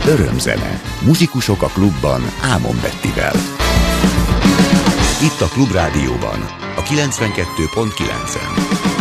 Örömzene. Muzsikusok a klubban Ámon Bettivel. Itt a Klubrádióban, a 92.9-en.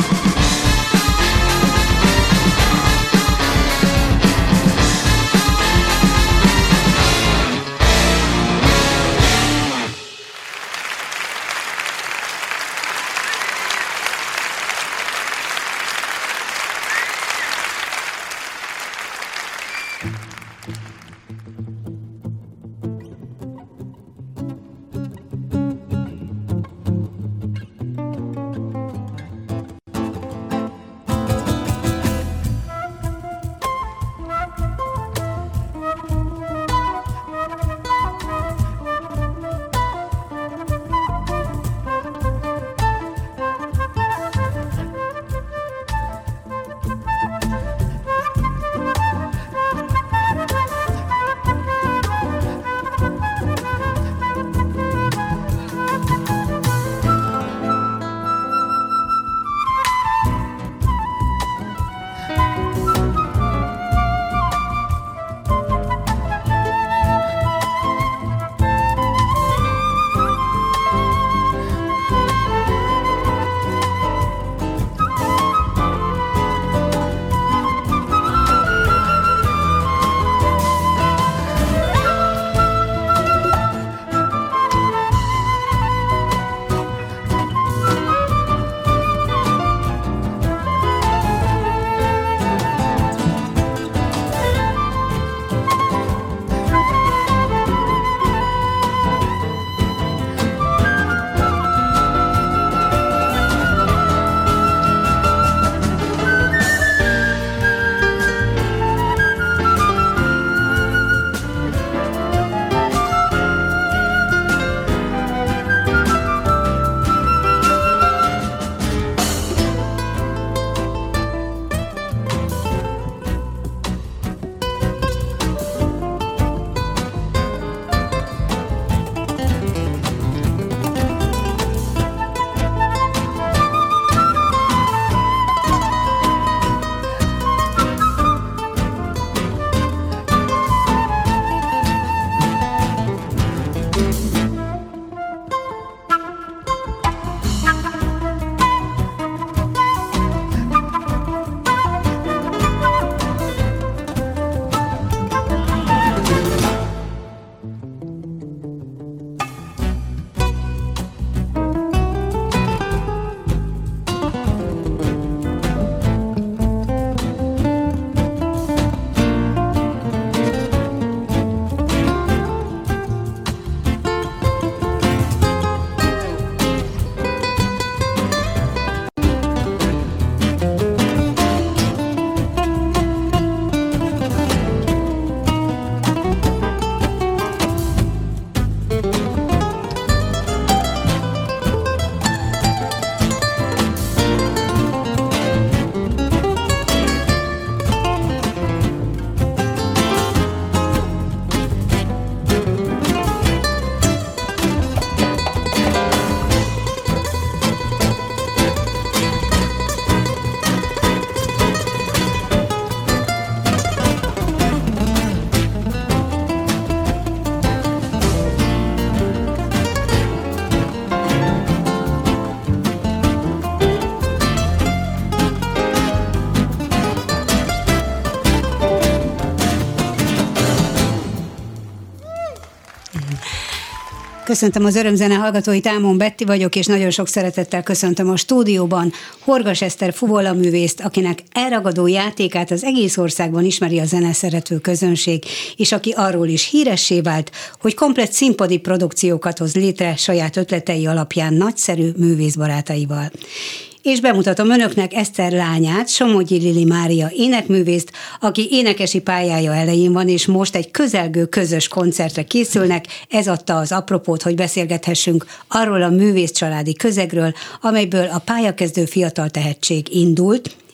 Köszöntöm az Örömzene hallgatóit, Ámon Betti vagyok, és nagyon sok szeretettel köszöntöm a stúdióban Horgas Eszter fuvolaművészt, akinek elragadó játékát az egész országban ismeri a zeneszerető közönség, és aki arról is híressé vált, hogy komplett színpadi produkciókat hoz létre saját ötletei alapján nagyszerű művészbarátaival. És bemutatom önöknek Eszter lányát, Somogyi Lili Mária énekművészt, aki énekesi pályája elején van, és most egy közelgő közös koncertre készülnek. Ez adta az apropót, hogy beszélgethessünk arról a művészcsaládi közegről, amelyből a pályakezdő fiatal tehetség indult,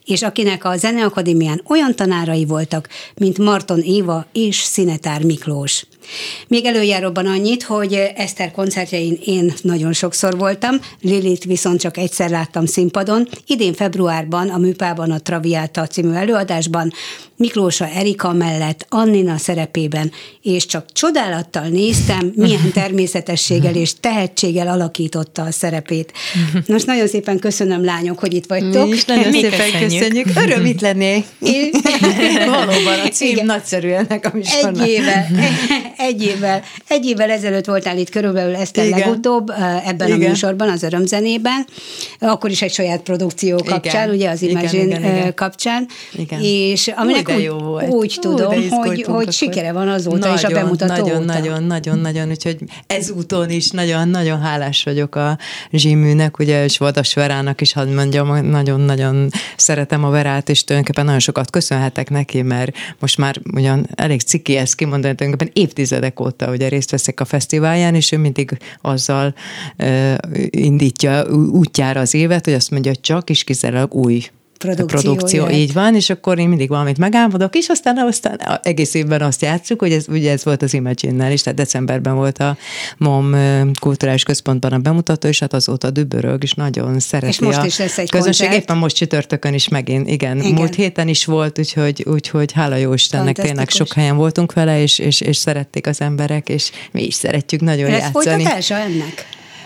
és akinek a Zeneakadémián olyan tanárai voltak, mint Marton Éva és Szinetár Miklós. Még előjáróban annyit, hogy Eszter koncertjein én nagyon sokszor voltam, Lilit viszont csak egyszer láttam színpadon. Idén februárban a Műpában a Traviata című előadásban Miklósa Erika mellett Annina szerepében, és csak csodálattal néztem, milyen természetességgel és tehetséggel alakította a szerepét. Most nagyon szépen köszönöm, lányok, hogy itt vagytok. Mi is nagyon szépen köszönjük. Öröm itt lenni. Valóban a cím nagyszerű ennek a műsornak. Egy évvel ezelőtt voltál itt körülbelül Eszter legutóbb ebben a műsorban, az Örömzenében, akkor is egy saját produkció kapcsán, ugye az Imagine kapcsán. Igen. És aminek úgy tudom, hogy sikere van azóta, nagyon, és a bemutató óta. Nagyon, úgyhogy ezúton is nagyon hálás vagyok a Zsiműnek, ugye, és Vadas Verának is, hadd mondjam, nagyon-nagyon szeretem a Verát, és tulajdonképpen nagyon sokat köszönhetek neki, mert most már ugyan elég ciki ezt kimondani, tulajdonképpen évtizedek óta ugye részt veszek a fesztiválján, és ő mindig azzal indítja útjára az évet, hogy azt mondja, hogy csak és kizárólag új produkció, így van, és akkor én mindig valamit megálmodok, és aztán egész évben azt játsszuk, hogy ez volt az Imagine-nel is, tehát decemberben volt a MOM Kulturális Központban a bemutató, és hát azóta dübörög, és nagyon szereti. És most is lesz egy közönség. koncert. Éppen most csütörtökön is megint, igen. Múlt héten is volt, úgyhogy hála jó Istennek, tényleg sok helyen voltunk vele, és szerették az emberek, és mi is szeretjük nagyon játszani. Ez folytatása ennek?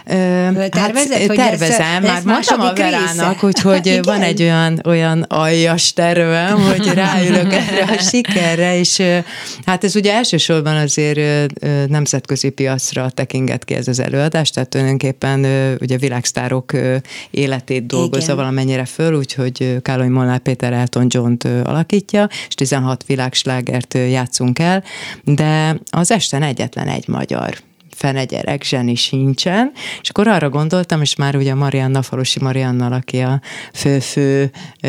Tervezem, már mondtam a Verának, úgyhogy van egy olyan aljas tervem, hogy ráülök erre a sikerre, és hát ez ugye elsősorban azért nemzetközi piacra tekinget ki ez az előadás, tehát tulajdonképpen ugye világsztárok életét dolgozza valamennyire föl, úgyhogy Károly Molnár Péter Elton John-t alakítja, és 16 világslágert játszunk el, de az esten egyetlen egy magyar fenegyerek, zseni sincsen, és akkor arra gondoltam, és már ugye Marianna, Falusi Mariannal, aki a fő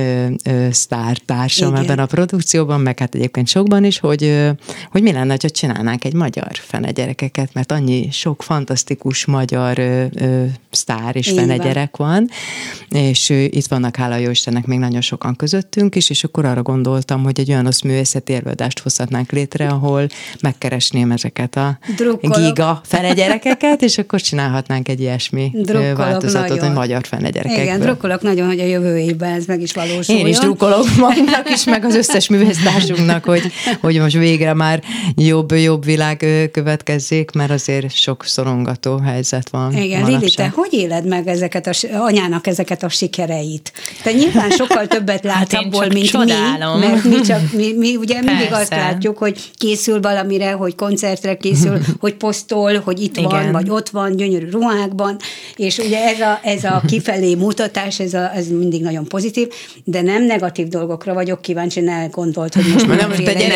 sztártársam ebben a produkcióban, meg hát egyébként sokban is, hogy mi lenne, ha csinálnánk egy magyar fenegyerekeket, mert annyi sok fantasztikus magyar sztár és fenegyerek van, és itt vannak, hála jó Istennek, még nagyon sokan közöttünk is, és akkor arra gondoltam, hogy egy olyan művészeti előadást hozhatnánk létre, ahol megkeresném ezeket a giga fenegyerekeket, és akkor csinálhatnánk egy ilyesmi változatot, hogy magyar fenegyerekekből. Igen, drukkolok nagyon, hogy a jövő évben ez meg is valósuljon. Én is drukkolok magunknak is, meg az összes művésztársunknak, hogy most végre már jobb világ következzék, mert azért sok szorongató helyzet van. Igen, Lili, te hogy éled meg anyának ezeket a sikereit? Te nyilván sokkal többet látsz abból, mint csodálom. mi, mert mi ugye mindig azt látjuk, hogy készül valamire, hogy koncertre készül, hogy posztol, hogy itt van, vagy ott van, gyönyörű ruhákban, és ugye ez a kifelé mutatás, ez mindig nagyon pozitív, de nem negatív dolgokra vagyok kíváncsi, ne gondolt, hogy most már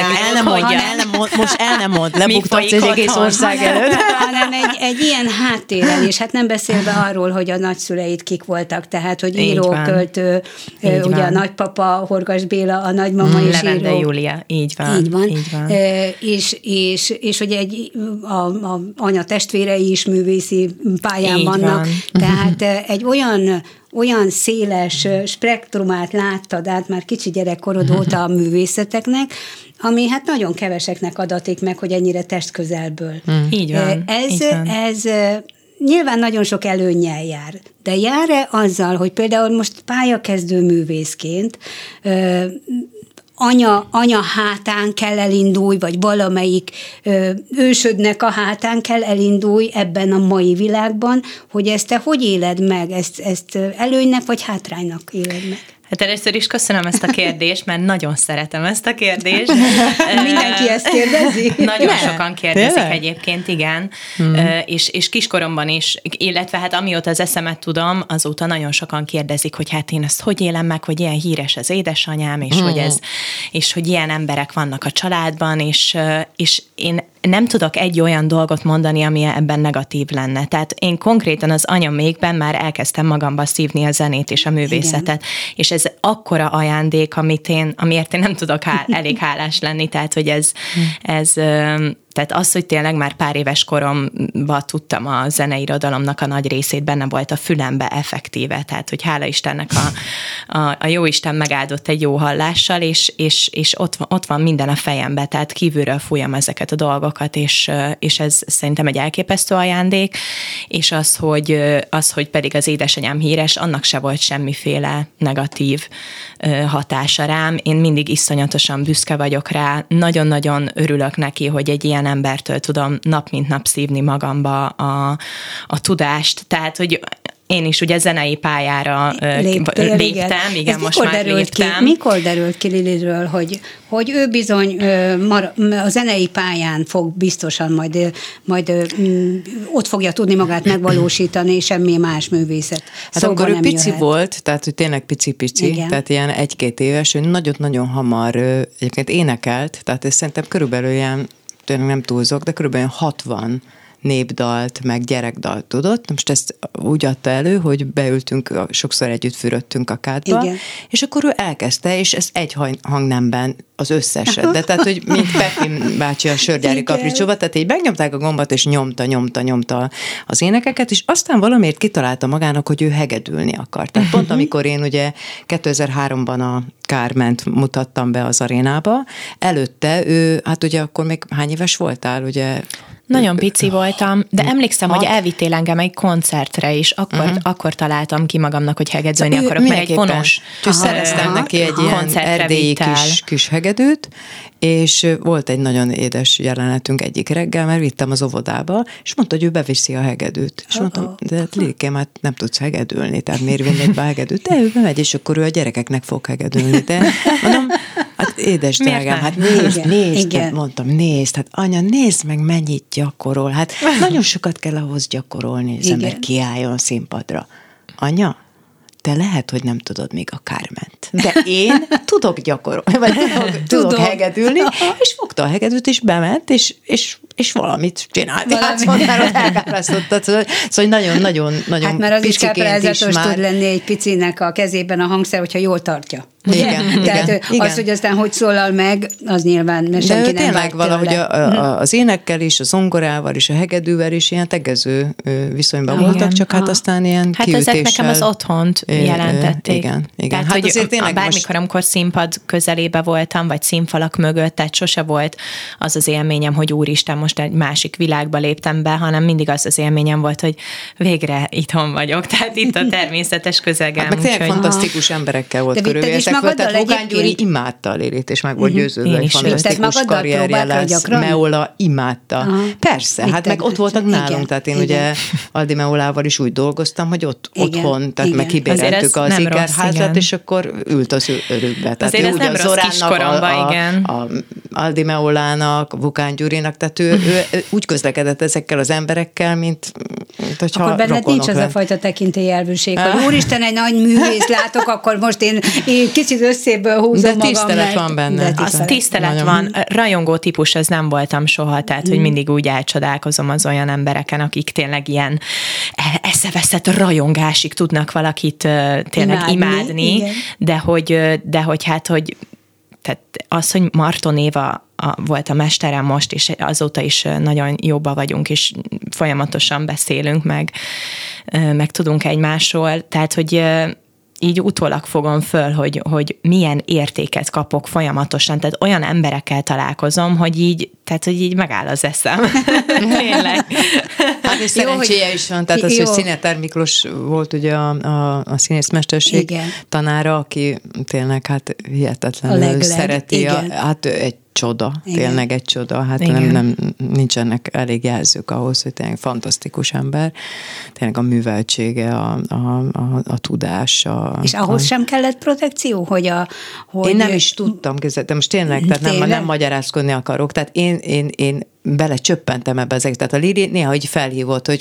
nem mond, lebuktatsz egy egész ország előtt. Hanem egy ilyen háttéren, és hát nem beszélve arról, hogy a nagyszüleit kik voltak, tehát, hogy író, költő, ugye a nagypapa, Horgas Béla, a nagymama is író. Levende Júlia, így van. És hogy a anya testvérei is művészi pályán így vannak, tehát egy olyan széles spektrumát láttad át már kicsi gyerekkorod óta a művészeteknek, ami hát nagyon keveseknek adatik meg, hogy ennyire testközelből. Így van. Ez nyilván nagyon sok előnnyel jár, de jár-e azzal, hogy például most pályakezdő művészként anya hátán kell elindulj, vagy valamelyik ősödnek a hátán kell elindulj ebben a mai világban, hogy ezt te hogy éled meg? Ezt előnynek vagy hátránynak éled meg? Hát először is köszönöm ezt a kérdést, mert nagyon szeretem ezt a kérdést. Mindenki ezt kérdezi? Nagyon sokan kérdezik egyébként, igen. És kiskoromban is, illetve hát amióta az eszemet tudom, azóta nagyon sokan kérdezik, hogy hát én ezt hogy élem meg, hogy ilyen híres az édesanyám, és hogy ilyen emberek vannak a családban, és én nem tudok egy olyan dolgot mondani, ami ebben negatív lenne. Tehát én konkrétan az anyamékben már elkezdtem magamba szívni a zenét és a művészetet. Igen. És ez akkora ajándék, amiért én nem tudok elég hálás lenni. Tehát, hogy Tehát az, hogy tényleg már pár éves koromban tudtam a zeneirodalomnak a nagy részét, benne volt a fülembe effektíve, tehát hogy hála Istennek a jóisten megáldott egy jó hallással, és ott van minden a fejembe, tehát kívülről fújjam ezeket a dolgokat, és ez szerintem egy elképesztő ajándék, és az, hogy pedig az édesanyám híres, annak se volt semmiféle negatív hatása rám. Én mindig iszonyatosan büszke vagyok rá, nagyon-nagyon örülök neki, hogy egy ilyen embertől tudom nap mint nap szívni magamba a tudást, tehát, hogy én is ugye zenei pályára léptem, igen, most már léptem. Mikor derült ki Liliről, hogy ő bizony a zenei pályán fog biztosan majd ott fogja tudni magát megvalósítani, és semmi más művészet. Hát akkor ő pici volt, tehát hogy tényleg pici-pici, tehát ilyen 1-2 éves, ő nagyon-nagyon hamar egyébként énekelt, tehát ez szerintem körülbelül ilyen, tényleg nem túlzok, de körülbelül 60 népdalt, meg gyerekdalt tudott. Most ezt úgy adta elő, hogy beültünk, sokszor együtt fürödtünk a kádba, igen. És akkor ő elkezdte, és ez egy hangnemben az összeset. De tehát, hogy mint Pepin bácsi a Sörgyári Kapricsóba, tehát így megnyomták a gombot, és nyomta az énekeket, és aztán valamiért kitalálta magának, hogy ő hegedülni akar. Tehát pont amikor én ugye 2003-ban a Kárment mutattam be az arénába, előtte ő, hát ugye akkor még hány éves voltál, ugye? Nagyon pici voltam, de emlékszem, hogy elvittél engem egy koncertre is, akkor találtam ki magamnak, hogy hegedülni akarok, mert egy vonos szereztem neki egy ilyen erdélyi kis hegedűt, és volt egy nagyon édes jelenetünk egyik reggel, mert vittem az óvodába, és mondta, hogy ő beviszi a hegedűt. És mondtam, de Lilikém, hát nem tudsz hegedülni, tehát miért vinnéd be a hegedűt? De ő bemegy, és akkor ő a gyerekeknek fog hegedülni. De mondom, hát édes drágám, hát nézd, mondtam, nézd, hát anya, nézd meg, mennyit gyakorol. Hát nagyon sokat kell ahhoz gyakorolni, az ember kiálljon színpadra. Anya, te lehet, hogy nem tudod még a Kárment, de én tudok gyakorolni, vagy tudok hegedülni, és fogta a hegedűt, és bement, és valamit csinált. Hát már ott elkápráztottat. Szóval nagyon hát mert az is káprázatos tud lenni egy picinek a kezében a hangszer, hogyha jól tartja. Igen, tehát igen. Az, hogy aztán hogy szólal meg, az nyilván senki nem vág tényleg valahogy az énekkel is, a zongorával is, a hegedűvel is ilyen tegező viszonyban voltak, csak hát aztán ilyen kiütéssel. Hát ezek nekem az otthont jelentették. Igen. Tehát, hát hogy bármikor, amikor színpad közelébe voltam, vagy színfalak mögött, tehát sose volt az az élményem, hogy úristen, most egy másik világba léptem be, hanem mindig az élményem volt, hogy végre itthon vagyok, tehát itt a természetes közegem. Hát meg tényleg fantasztikus emberekkel volt körülvészek. Tehát Vogán Gyuri imádta a Lilit, és meg volt győződve, hogy fantasztikus karrierje lesz. Meola imádta. Persze, hát meg ott voltak nálunk, tehát én ugye Aldi Meolával is úgy dolgoztam, hogy otthon, tehát meg kibéreltük az ikerházat, és akkor ült az örökbe. Azért ez nem rossz kiskoromban, igen. A Aldi Meolának, Vogán Gyurinak, tehát ő úgy közlekedett ezekkel az emberekkel, mint hogyha akkor benned nincs az a fajta tekintélyelvűség, hogy úristen, egy nagy művész látok, akkor most én kicsit összéből húzom magam. De tisztelet van benne. Tisztelet van. Rajongó típus ez nem voltam soha, tehát hogy mindig úgy elcsodálkozom az olyan embereken, akik tényleg ilyen eszeveszett rajongásig tudnak valakit tényleg imádni, de hogy hát, hogy tehát az, hogy Marton Éva volt a mesterem most, és azóta is nagyon jóba vagyunk, és folyamatosan beszélünk, meg tudunk egymásról, tehát, hogy így utólag fogom föl, hogy milyen értéket kapok folyamatosan, tehát olyan emberekkel találkozom, hogy így megáll az eszem. Tényleg. Hát és szerencséje is van, tehát az, hogy Szinetár Miklós volt ugye a színészmesterség tanára, aki tényleg hát hihetetlenül szereti, hát egy csoda, tényleg egy csoda, hát nem nincsenek elég jelzők ahhoz, hogy tényleg fantasztikus ember, tényleg a műveltsége, a tudása. És ahhoz sem kellett protekció, hogy Én nem is tudtam, de most tényleg, tehát nem magyarázkodni akarok, tehát én belecsöppentem ebbe ezek. Tehát a Lili néha így felhívott,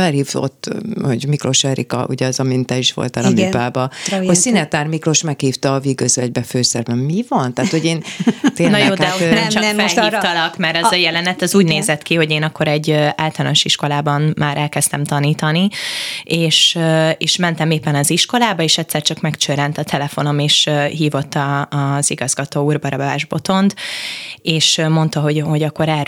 hogy Miklós Erika, ugye az, amint te is voltál a műpába, hogy Szinetár Miklós meghívta a Vígözvegybe főszerben. Mi van? Tehát, hogy én tényleg... Na jó, de ott nem csak felhívtalak, mert ez a jelenet, az úgy nézett ki, hogy én akkor egy általános iskolában már elkezdtem tanítani, és mentem éppen az iskolába, és egyszer csak megcsörrent a telefonom, és hívott az igazgató úr, Barabás Botond, és mondta, hogy akkor erről lenne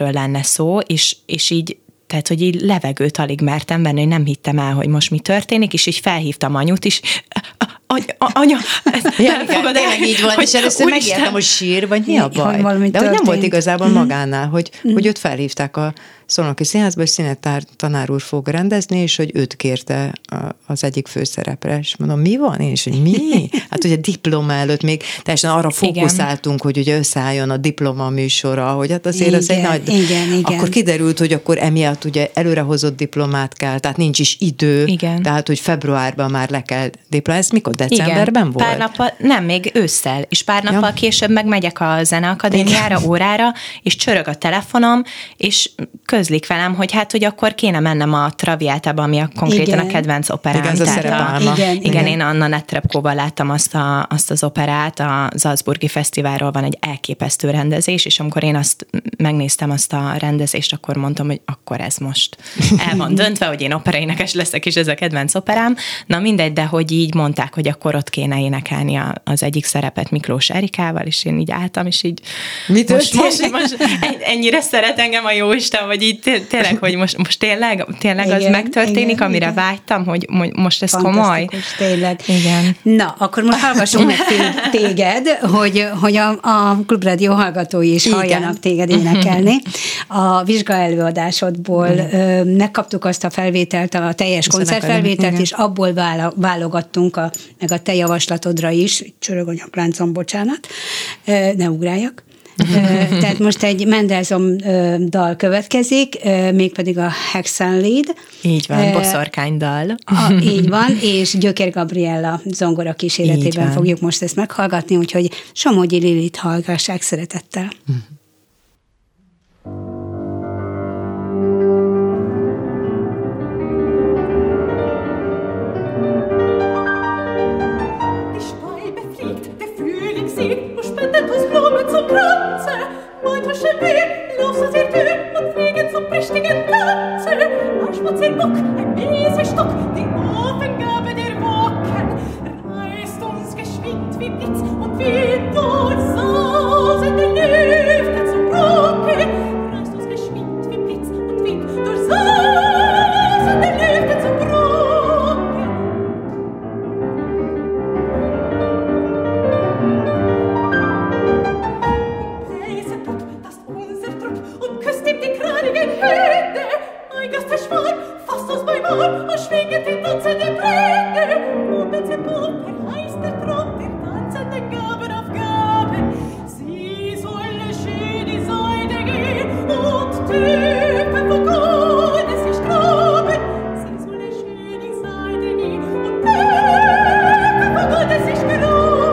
szó, és így, tehát, hogy így levegőt alig mertem venni, hogy nem hittem el, hogy most mi történik, és így felhívtam anyut is, anya, elfogad el, így van, és először megijedtem, hogy sír, vagy mi a baj? De hogy nem volt igazából magánál, hogy őt felhívták a Szolnoki Színházba, hogy színettanár úr fog rendezni, és hogy őt kérte az egyik főszerepre, és mondom, mi van? Én is, hogy mi? Hát ugye diploma előtt még teljesen arra fókuszáltunk, hogy ugye összeálljon a diploma műsora, hogy hát azért az egy nagy... Igen. Akkor kiderült, hogy akkor emiatt ugye előrehozott diplomát kell, tehát nincs is idő, tehát hogy februárban már le kell diplomát. Ez mikor? Decemberben volt? Pár nappal, nem, még ősszel, és pár nappal később meg megyek a Zeneakadémiára, órára, és csörög a telefonom, és közlik velem, hogy hát, hogy akkor kéne mennem a Traviátába, ami konkrétan a kedvenc operám. Igen, ez a szerepálma. Igen, én Anna Netrebkóval láttam azt az operát, a Salzburgi Fesztiválról van egy elképesztő rendezés, és amikor én megnéztem azt a rendezést, akkor mondtam, hogy akkor ez most el van döntve, hogy én operaénekes leszek, és ez a kedvenc operám. Na mindegy, de hogy így mondták, hogy akkor ott kéne énekelni az egyik szerepet Miklós Erikával, és én így álltam, és így most ennyire szeret engem a Jóisten, hogy így tényleg, hogy most tényleg az megtörténik, amire vágytam, hogy most ez komoly. Tényleg. Igen. Na, akkor most hallgassunk meg téged, hogy a Klubrádió hallgatói is halljanak téged énekelni. A vizsga előadásodból megkaptuk azt a felvételt, a teljes koncertfelvételt, és abból válogattunk meg a te javaslatodra is, csörög a nyakláncom, bocsánat, ne ugráljak. Tehát most egy Mendelssohn dal következik, mégpedig a Hexenlied. Így van, boszorkánydal. Így van, és Gyökér Gabriella zongora kíséretében fogjuk most ezt meghallgatni, úgyhogy Somogyi Lilit hallgassák szeretettel. Zum Kranze, meint er schon mehr, los aus ihr Tür und fliegen zum prächtigen Tanze. Ein Spazierbock, ein Mäsestock, die Ofengabe der Wocken, reißt uns geschwind wie Blitz und wie durchsausende Lüfte zum Brocke, reißt uns geschwind wie Blitz und wie durchsausende Lüfte zum Brocke. Hände, ein Gast verschwand, fasst uns beim Arm und schwinget die tanzende Brände. Und wenn sie Puppe heißt der Traum der tanzenden Gaben auf Gaben. Sie solle schön die Seide gehen und Typen von Goldes sich graben. Sie solle schön die Seide gehen und Typen von Goldes sich graben.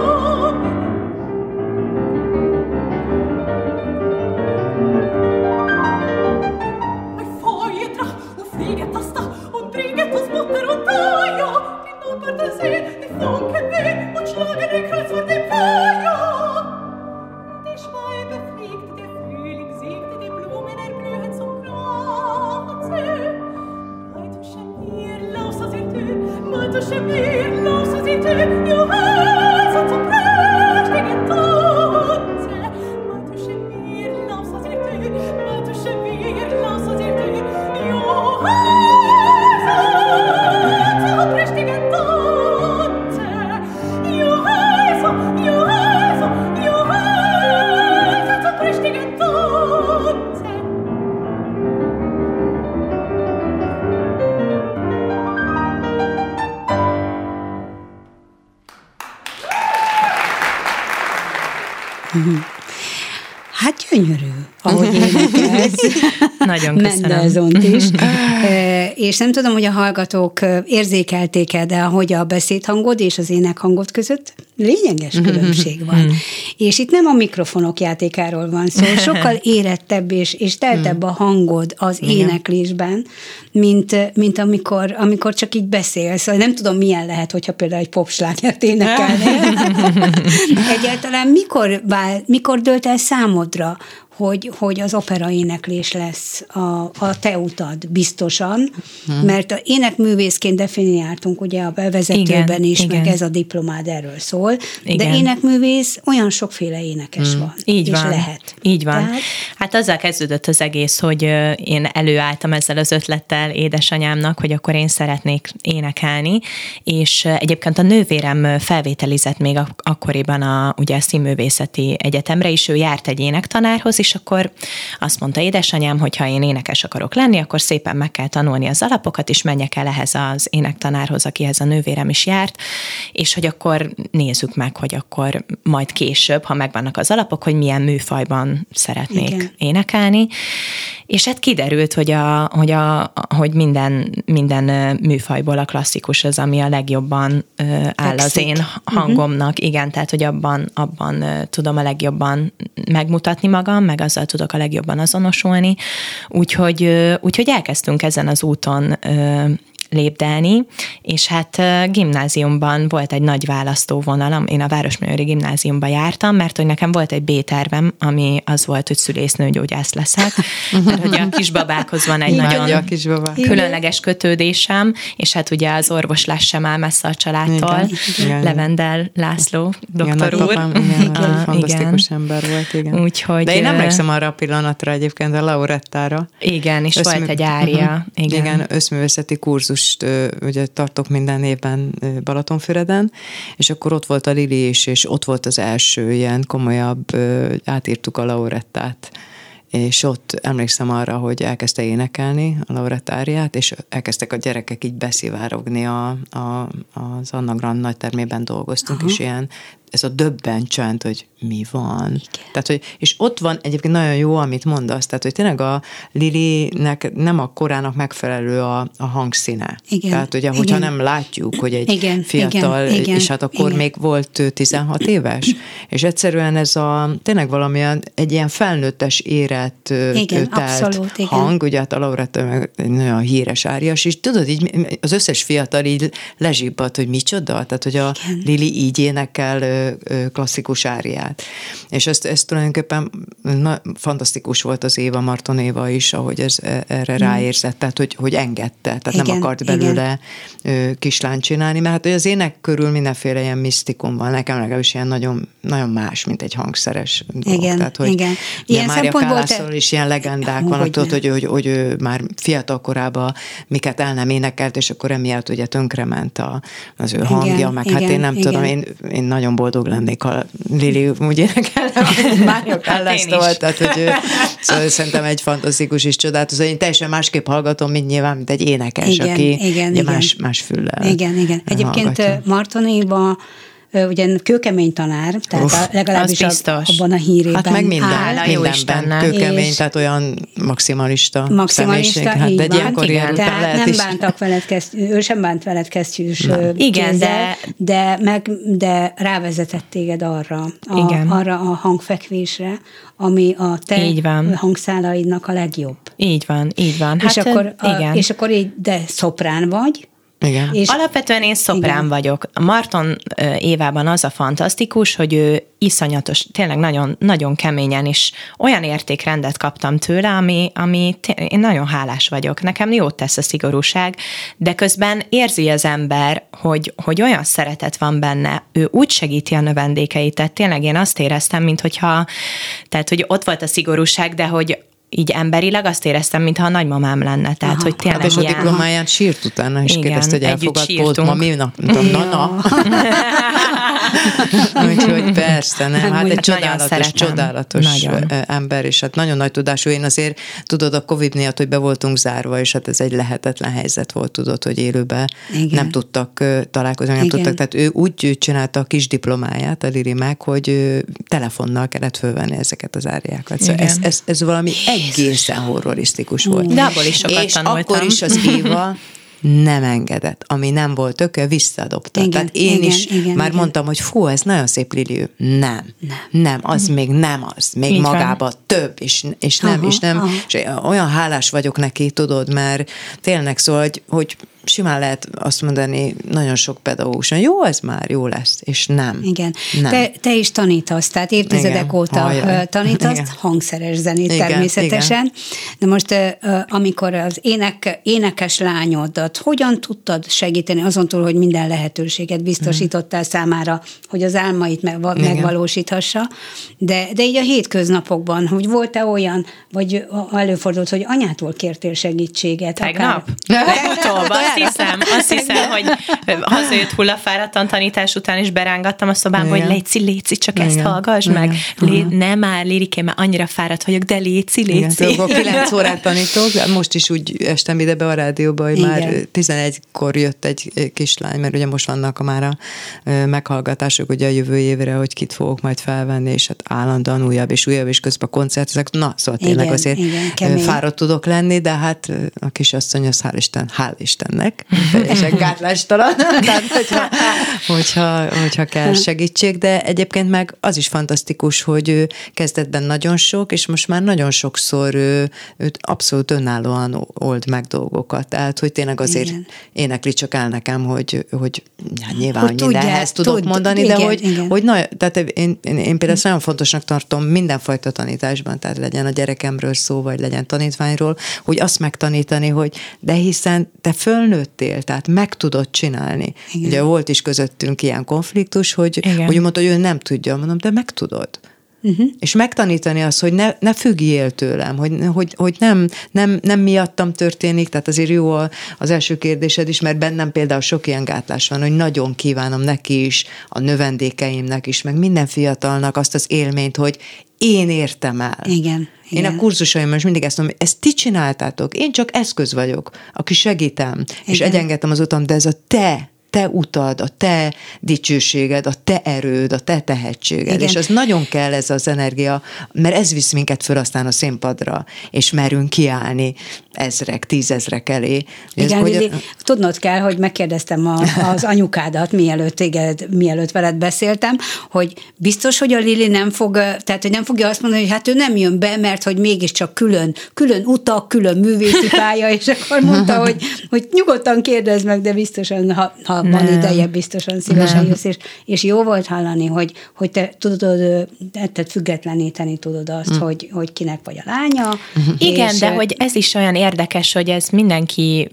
Hát gyönyörű, ahogy énekelsz. Nagyon köszönöm. Mendelssohnt is. És nem tudom, hogy a hallgatók érzékelték-e, de hogy a beszédhangod és az énekhangod között lényeges különbség van. És itt nem a mikrofonok játékáról van szó, sokkal érettebb és teltebb a hangod az éneklésben, mint amikor csak így beszélsz. Nem tudom, milyen lehet, hogyha például egy popslágert énekelnél. Egyáltalán mikor dölt el számodra, hogy az operaéneklés lesz a te utad biztosan, mert a énekművészként definiáltunk ugye a bevezetőben is, meg ez a diplomád erről szól, de énekművész olyan sokféle énekes van. Így és van. lehet. Így van. Hát azzal kezdődött az egész, hogy én előálltam ezzel az ötlettel édesanyámnak, hogy akkor én szeretnék énekelni, és egyébként a nővérem felvételizett még akkoriban ugye a Színművészeti Egyetemre is, ő járt egy énektanárhoz, és akkor azt mondta édesanyám, hogy ha én énekes akarok lenni, akkor szépen meg kell tanulni az alapokat, és menjek el ehhez az énektanárhoz, akihez a nővérem is járt, és hogy akkor nézzük meg, hogy akkor majd később, ha megvannak az alapok, hogy milyen műfajban szeretnék énekelni. És hát kiderült, hogy minden műfajból a klasszikus az, ami a legjobban áll az én hangomnak. Igen, tehát, hogy abban tudom a legjobban megmutatni magam, meg azzal tudok a legjobban azonosulni. Úgyhogy elkezdtünk ezen az úton lépdelni, és hát gimnáziumban volt egy nagy választóvonalam, én a Városmajori Gimnáziumba jártam, mert hogy nekem volt egy B-tervem, ami az volt, hogy szülésznőgyógyász leszek, mert hogy a kisbabákhoz van egy nagyon különleges kötődésem, és hát ugye az orvoslás sem áll messze a családtól. Igen. Levendel László, doktor úr. Fantasztikus ember volt, igen. Úgyhogy, de én emlékszem arra a pillanatra egyébként, a Laurettára. Igen, és volt egy ária. Igen, összművészeti kurzus ugye tartok minden évben Balatonfüreden, és akkor ott volt a Lili is, és ott volt az első ilyen komolyabb, átírtuk a Laurettát, és ott emlékszem arra, hogy elkezdte énekelni a Lauretta áriát, és elkezdtek a gyerekek így beszivárogni az Anna Grand nagytermében dolgoztunk, és ilyen ez a döbben csend, hogy mi van. Tehát, hogy, és ott van egyébként nagyon jó, amit mondasz, tehát, hogy tényleg a Lilinek nem a korának megfelelő a hangszíne. Igen. Tehát, ugye, hogyha nem látjuk, hogy egy fiatal, és hát akkor még volt 16 éves, és egyszerűen ez tényleg valamilyen egy ilyen felnőttes érett telt hang, ugye hát a Lauretta meg egy nagyon híres árias, és tudod, így az összes fiatal így lezsibbadt, hogy micsoda, tehát, hogy a Lili így énekel klasszikus áriát. És ez tulajdonképpen fantasztikus volt az Éva, Marton Éva is, ahogy ez erre ráérzett, tehát hogy engedte, tehát nem akart belőle kislányt csinálni, mert hát az ének körül mindenféle ilyen misztikum van, nekem legalábbis ilyen nagyon, nagyon más, mint egy hangszeres dolog. Igen, tehát, hogy igen. Ilyen Mária Callasról is ilyen legendák vannak, tudod, hogy ő már fiatal korában miket el nem énekelt, és akkor emiatt ugye tönkrement az ő hangja, meg hát én nem tudom, én nagyon boldog lennék, ha Lili úgy énekelne, hogy Mária Callas volt, tehát hogy szóval szerintem egy fantasztikus és csodálatos, én teljesen másképp hallgatom, mint nyilván, mint egy énekes, aki más füllel. Igen. Egyébként Marton Éva ugye kőkemény tanár, tehát legalábbis abban a hírében hát meg mindenben kőkemény, tehát olyan maximalista személyiség. Hát de ilyenkor tehát nem bántak veled ő sem bánt veled kesztyűs kézzel, de rávezetett téged arra a hangfekvésre, ami a te hangszálaidnak a legjobb. Így van. És akkor így, de szoprán vagy. Igen. És alapvetően én szoprán vagyok. A Marton Évában az a fantasztikus, hogy ő iszonyatos, tényleg nagyon, nagyon keményen, és olyan értékrendet kaptam tőle, ami én nagyon hálás vagyok. Nekem jót tesz a szigorúság, de közben érzi az ember, hogy olyan szeretet van benne, ő úgy segíti a növendékeit, tehát tényleg én azt éreztem, tehát hogy ott volt a szigorúság, de hogy így emberileg azt éreztem, mintha a nagymamám lenne. Tehát, hogy tényleg és a diplomáján sírt utána, és kérdezte, hogy elfogadt mami, na. Úgyhogy persze, nem, hát egy csodálatos ember, és hát nagyon nagy tudású. Én azért, tudod, a Covid miatt, hogy be voltunk zárva, és hát ez egy lehetetlen helyzet volt, tudod, hogy élőben nem tudtak találkozni, nem tudtak. Tehát ő úgy csinálta a kis diplomáját, a Lili meg, hogy telefonnal kellett fölvenni ezeket az áriákat. Szóval ez valami egészen horrorisztikus volt. De abból is sokat tanultam. És akkor is az Éva nem engedett. Ami nem volt töke, visszadobta. Tehát én is már mondtam, hogy fú, ez nagyon szép, Lili. Nem, az még nem az. Még így magában több, és nem. És olyan hálás vagyok neki, tudod, mert tényleg szóval, hogy simán lehet azt mondani nagyon sok pedagógusan, jó, ez már jó lesz, és nem. Igen. Nem. Te is tanítasz, tehát évtizedek Igen. óta tanítasz, Igen. hangszeres zenét Igen. természetesen. Igen. De most, amikor az énekes lányodat, hogyan tudtad segíteni azon túl, hogy minden lehetőséget biztosítottál számára, hogy az álmait megvalósíthassa, de így a hétköznapokban, hogy volt-e olyan, vagy előfordult, hogy anyától kértél segítséget? Tegnap? Legutóbb, azt hiszem, hogy hazajött hullafáradtan tanítás után, és berángattam a szobámba, hogy léci, csak ezt hallgass meg. Ne már, Lirikém, mert annyira fáradt vagyok, de léci. Akkor 9 órát tanítok, most is úgy estem ide be a rádióba, hogy már 11-kor jött egy kislány, mert ugye most vannak már a meghallgatások ugye a jövő évre, hogy kit fogok majd felvenni, és hát állandóan újabb, és közben a koncertezek. Na, szóval tényleg azért fáradt tudok lenni, de hát a kisasszony az hál' Istennek, teljesen gátlástalan, tehát hogyha kell segítség, de egyébként meg az is fantasztikus, hogy ő kezdetben nagyon sok, és most már nagyon sokszor ő abszolút önállóan old meg dolgokat, tehát hogy tényleg azért énekli csak el nekem, hogy nyilván, hogy mindenhez tudok mondani, de hogy tehát én például ezt nagyon fontosnak tartom mindenfajta tanításban, tehát legyen a gyerekemről szó, vagy legyen tanítványról, hogy azt megtanítani, hogy de hiszen te fölnőttél, tehát meg tudod csinálni. Igen. Ugye volt is közöttünk ilyen konfliktus, hogy mondta, hogy ő nem tudja, mondom, de meg tudod. És megtanítani azt, hogy ne függjél tőlem, hogy nem miattam történik, tehát azért jó az első kérdésed is, mert bennem például sok ilyen gátlás van, hogy nagyon kívánom neki is, a növendékeimnek is, meg minden fiatalnak azt az élményt, hogy én értem el. Igen. Én a kurzusaimban is mindig ezt mondom, ezt ti csináltátok, én csak eszköz vagyok, aki segítem, és egyengedtem az utam, de ez a te utad, a te dicsőséged, a te erőd, a te tehetséged, igen. És az nagyon kell ez az energia, mert ez visz minket föl aztán a színpadra, és merünk kiállni ezrek, 10 000 elé. Igen, Lili, tudnod kell, hogy megkérdeztem az anyukádat, mielőtt veled beszéltem, hogy biztos, hogy a Lili nem fogja azt mondani, hogy hát ő nem jön be, mert hogy mégiscsak külön utak, külön művészi pálya, és akkor mondta, hogy nyugodtan kérdezd meg, de biztosan, ha van ideje, biztosan szívesen jössz, és jó volt hallani, hogy te tudod, te függetleníteni tudod azt, hogy kinek vagy a lánya. Igen, de hogy ez is olyan érdekes, hogy ez mindenki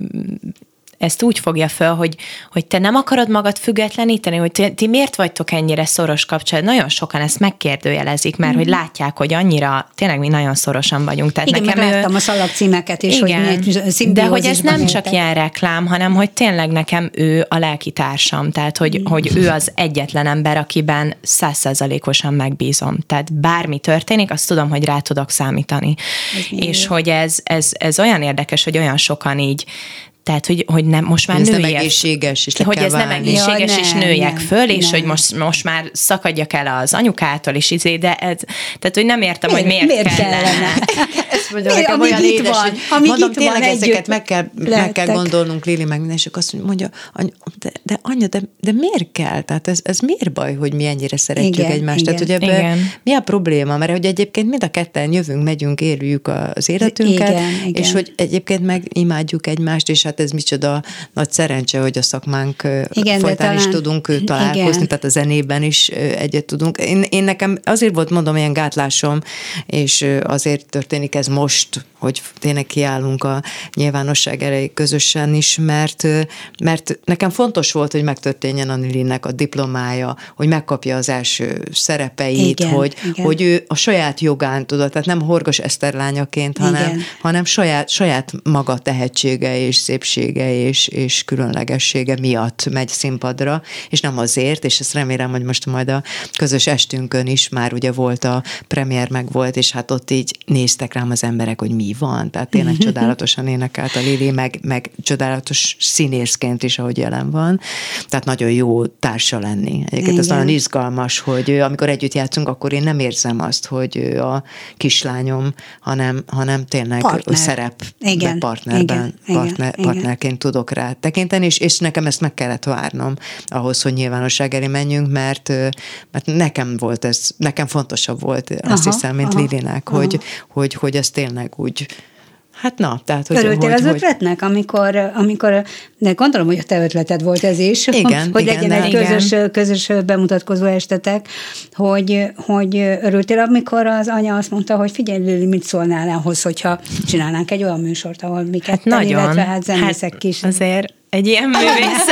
ezt úgy fogja föl, hogy te nem akarod magad függetleníteni, hogy ti miért vagytok ennyire szoros kapcsolatban. Nagyon sokan ezt megkérdőjelezik, mert hogy látják, hogy annyira, tényleg mi nagyon szorosan vagyunk. Tehát igen, nekem láttam a szalagcímeket is, igen, hogy de hogy ez nem csak ilyen reklám, hanem hogy tényleg nekem ő a lelkitársam, tehát hogy ő az egyetlen ember, akiben 100%-osan megbízom. Tehát bármi történik, azt tudom, hogy rá tudok számítani. És hogy ez olyan érdekes, hogy olyan sokan így, tehát, hogy nem, most már nőjek. Ez nem egészséges, és hogy ez nem egészséges, és nőjek föl, és hogy most már szakadjak el az anyukától, is, de ez, tehát, hogy nem értem, hogy miért kellene. Ezt mondja nekem olyan édes, hogy mondom, tényleg ezeket meg kell gondolnunk, Lili, meg minden, és azt mondja, de anya, de miért kell? Tehát ez miért baj, hogy mi ennyire szeretjük egymást? Tehát, hogy ebben mi a probléma? Mert hogy egyébként mind a ketten jövünk, megyünk, éljük az életünket, és hogy egyébként meg imádjuk egymást, és hát ez micsoda nagy szerencse, hogy a szakmánk folytán is tudunk találkozni, tehát a zenében is egyet tudunk. Én nekem azért volt, mondom, ilyen gátlásom, és azért történik ez most, hogy tényleg kiállunk a nyilvánosság elé közösen is, mert nekem fontos volt, hogy megtörténjen a Lilinek a diplomája, hogy megkapja az első szerepeit, hogy ő a saját jogán tudott, tehát nem Horgos Eszter lányaként, hanem saját maga tehetsége és szépsége és különlegessége miatt megy színpadra, és nem azért, és ezt remélem, hogy most majd a közös estünkön is már ugye volt a premier, meg volt, és hát ott így néztek rám az emberek, hogy mi van, tehát tényleg csodálatosan énekelt a Lili, meg csodálatos színészként is, ahogy jelen van, tehát nagyon jó társa lenni. Egyébként ez nagyon izgalmas, hogy amikor együtt játszunk, akkor én nem érzem azt, hogy ő a kislányom, hanem tényleg partnerként tudok rá tekinteni, és nekem ezt meg kellett várnom ahhoz, hogy nyilvánosság elé menjünk, mert nekem volt ez, nekem fontosabb volt, azt hiszem, mint Lilinek, hogy ez tényleg úgy, Hát na, tehát hogy... Örültél az ötletnek, amikor de gondolom, hogy a te ötleted volt ez is, igen, hogy igen, legyen egy közös bemutatkozó estetek, hogy örültél, amikor az anya azt mondta, hogy figyelj, Lili, mit szólnál ahhoz, hogyha csinálnánk egy olyan műsort, ahol mi ketten, illetve hát zenészek is. Azért egy ilyen művész.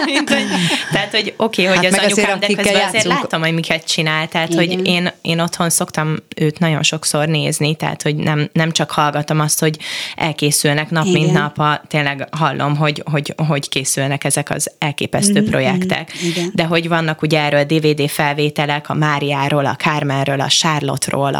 Tehát, hogy oké, hogy az anyukám, de közben azért láttam, hogy miket csinál. Tehát, hogy én otthon szoktam őt nagyon sokszor nézni, tehát, hogy nem csak hallgatom azt, hogy elkészülnek nap, mint nap, tényleg hallom, hogy készülnek ezek az elképesztő projektek. Igen. De hogy vannak ugye erről DVD felvételek, a Máriáról, a Carmenről, a Charlotte-ról,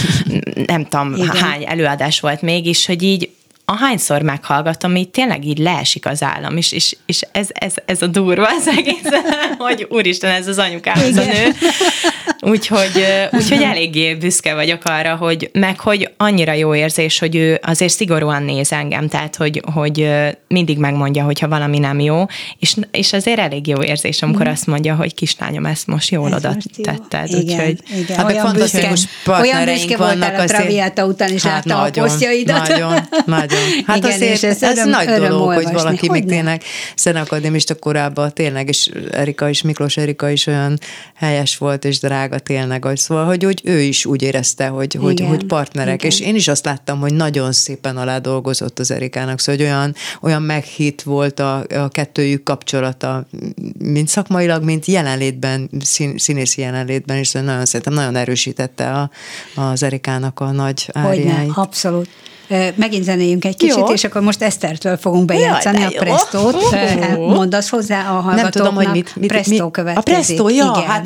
nem tudom, hány előadás volt mégis, hogy így ahányszor meghallgatom, így tényleg így leesik az állam, és ez a durva az egész, hogy úristen, ez az anyukám, ez a nő. Úgyhogy eléggé büszke vagyok arra, hogy annyira jó érzés, hogy ő azért szigorúan néz engem, tehát hogy mindig megmondja, hogyha valami nem jó, és azért elég jó érzés, amikor azt mondja, hogy kislányom, ezt most jól oda tetted. Igen. Hát olyan büszke voltál a Traviata után, és hát láttam a posztjaidat. Nagyon. Hát igen, azért ez nagy dolog, hogy valaki még tényleg zeneakadémista korában tényleg, és Miklós Erika is olyan helyes volt, és drága tényleg, szóval, hogy ő is úgy érezte, hogy partnerek, és én is azt láttam, hogy nagyon szépen alá dolgozott az Erikának, szóval, hogy olyan meghitt volt a kettőjük kapcsolata, mint szakmailag, mint jelenlétben, színészi jelenlétben, és nagyon szerintem nagyon erősítette az Erikának a nagy áriáit. Hogyne, abszolút. Megint zenéljünk egy kicsit, és akkor most Esztertől fogunk bejátszani a Prestót. Mondasz hozzá a hallgatóknak. Nem tudom, hogy mit Prestó következik. A Prestó, igen, hát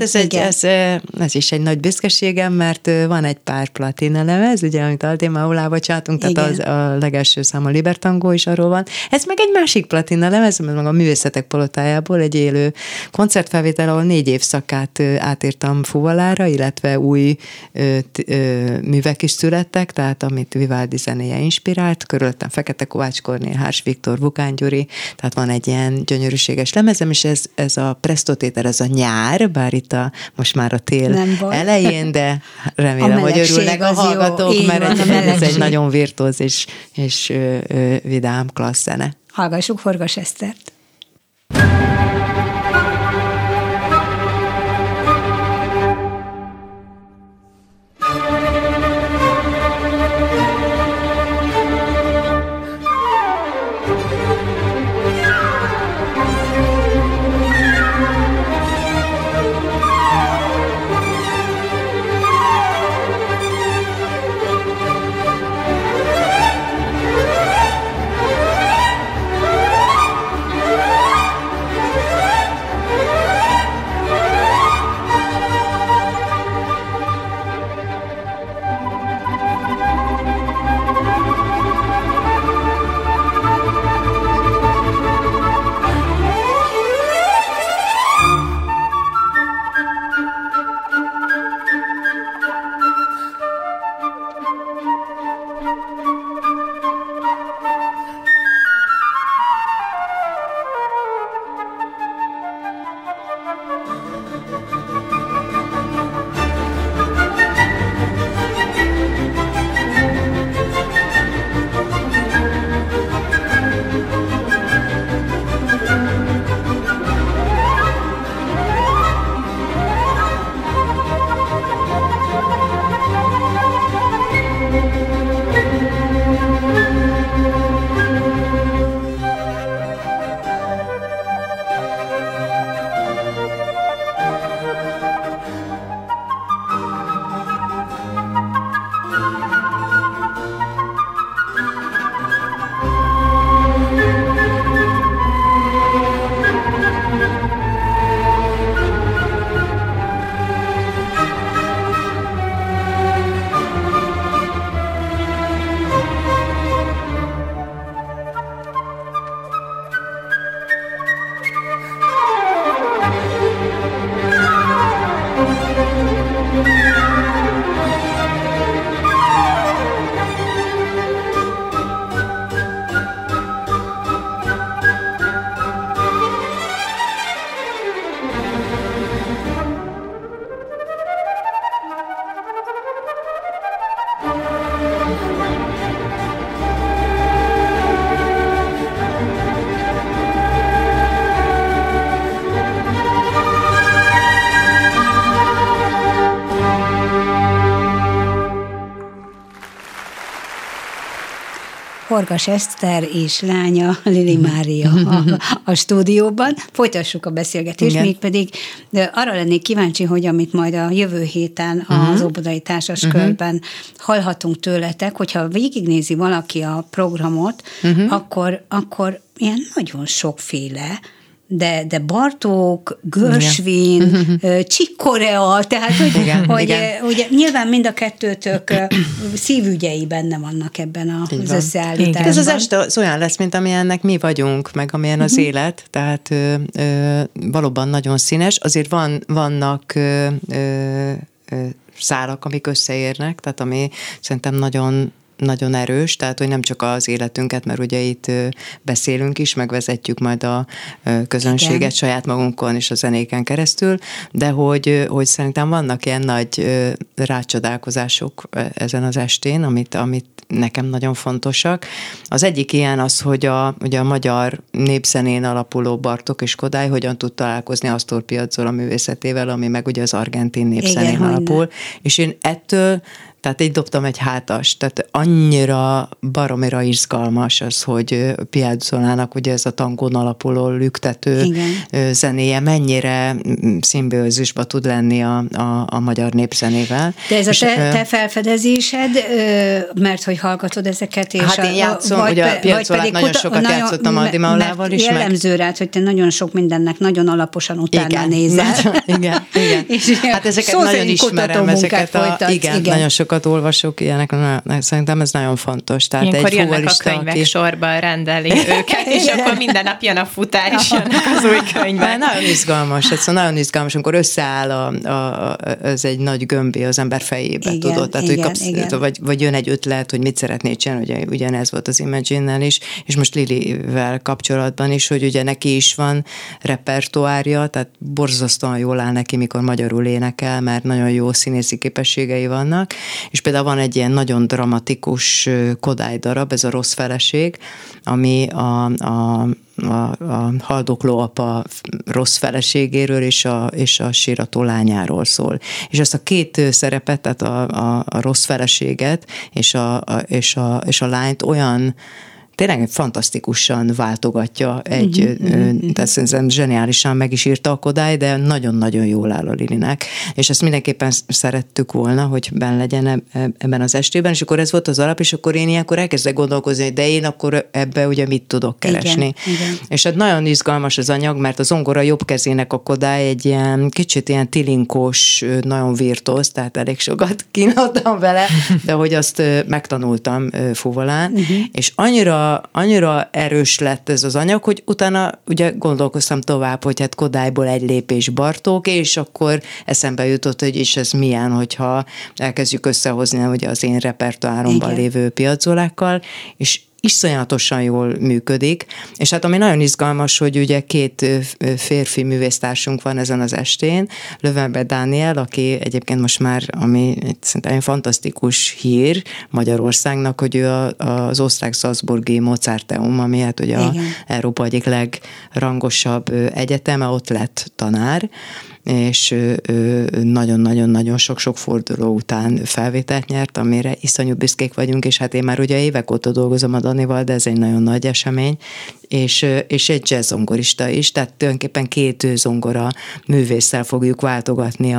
ez is egy nagy büszkeségem, mert van egy pár platina lemez, ugye, amit Altéma Aulában csináltunk, tehát az a legelső szám a Libertango is arról van. Ez meg egy másik platina lemez, meg a Művészetek Palotájából egy élő koncertfelvétel, ahol 4 évszakát átírtam fuvalára, illetve új művek is születtek, tehát amit Vivaldi zenéje inspirált, körülöttem Fekete Kovács Kornél, Hárs Viktor, Vukán Gyuri, tehát van egy ilyen gyönyörűséges lemezem, és ez a Prestó tétel, ez a nyár, bár itt most már a tél elején, de remélem, hogy örülnek a hallgatók, jó, mert ez egy nagyon virtuóz és vidám, klassz zene. Hallgassuk Horgas Esztert. Horgas Eszter és lánya Lili Mária a stúdióban. Folytassuk a beszélgetést, mégpedig arra lennék kíváncsi, hogy amit majd a jövő héten az Óbudai Társaskörben hallhatunk tőletek, hogyha végignézi valaki a programot, akkor ilyen nagyon sokféle, de Bartók, Gershwin, Chick Corea, tehát hogy ugye, nyilván mind a kettőtök szívügyei benne vannak ebben az összeállításban. Ez az este az olyan lesz, mint amilyennek mi vagyunk, meg amilyen az élet, tehát valóban nagyon színes. Azért vannak szálak, amik összeérnek, tehát ami szerintem nagyon erős, tehát hogy nem csak az életünket, mert ugye itt beszélünk is, megvezetjük majd a közönséget saját magunkon és a zenéken keresztül, de hogy szerintem vannak ilyen nagy rácsodálkozások ezen az estén, amit nekem nagyon fontosak. Az egyik ilyen az, hogy ugye a magyar népzenén alapuló Bartók és Kodály hogyan tud találkozni Astor Piazzolla művészetével, ami meg ugye az argentin népzenén alapul. És én ettől tehát így dobtam egy hátast, tehát annyira baromira izgalmas az, hogy Piazzolának ugye ez a tangón alapuló lüktető zenéje mennyire szimbiózisba tud lenni a magyar népzenével. De ez a te felfedezésed, mert hogy hallgatod ezeket, és hát én játszom, ugye a Piazzolát nagyon sokat játszottam Aldi Maulával is. Jellemző rád, hogy te nagyon sok mindennek nagyon alaposan utána nézel. Igen. Hát ezeket nagyon ismerem, nagyon sokat olvasok ilyenek, szerintem ez nagyon fontos. Tehát ilyenkor egy jönnek a könyvek sorban, rendeli őket, és akkor minden nap jön a futár, és jönnek az új könyvek. Nagyon izgalmas, nagyon izgalmas, amikor összeáll ez egy nagy gömbé az ember fejébe, tudod? Tehát, vagy jön egy ötlet, hogy mit szeretnél csinálni, ugye ugyanez volt az Imagine-nel is, és most Lilivel kapcsolatban is, hogy ugye neki is van repertoárja, tehát borzasztóan jól áll neki, mikor magyarul énekel, mert nagyon jó színészi képességei vannak, és például van egy ilyen nagyon dramatikus Kodály darab, ez a Rossz feleség, ami a haldokló apa rossz feleségéről és a sírató lányáról szól. És ezt a két szerepet, tehát a rossz feleséget és a lányt olyan tényleg fantasztikusan váltogatja tehát szerintem zseniálisan meg is írta a Kodály, de nagyon-nagyon jól áll a Lilinek. És ezt mindenképpen szerettük volna, hogy benn legyen ebben az estében, és akkor ez volt az alap, és akkor én ilyenkor elkezdek gondolkozni, de én akkor ebbe ugye mit tudok keresni. Igen. És hát nagyon izgalmas az anyag, mert az zongora jobb kezének a Kodály egy ilyen kicsit ilyen tilinkós, nagyon virtuóz, tehát elég sokat kínáltam vele, de hogy azt megtanultam fuvolán, és annyira erős lett ez az anyag, hogy utána ugye gondolkoztam tovább, hogy hát Kodályból egy lépés Bartók, és akkor eszembe jutott, hogy is ez milyen, hogyha elkezdjük összehozni ugye az én repertoáromban lévő Piazzolákkal, és iszonyatosan jól működik, és hát ami nagyon izgalmas, hogy ugye két férfi művésztársunk van ezen az estén, Löwenberg Dániel, aki egyébként most már, ami szerintem fantasztikus hír Magyarországnak, hogy ő az osztrák-salzburgi Mozarteum, ami hát ugye Európa egyik legrangosabb egyeteme, ott lett tanár, és nagyon-nagyon-nagyon sok sok után felvételt nyert, amire iszonyú büszkék vagyunk, és hát én már ugye évek óta dolgozom a Danival, de ez egy nagyon nagy esemény, és egy jazz zongorista is, tehát tulajdonképpen két zongora művésszel fogjuk váltogatni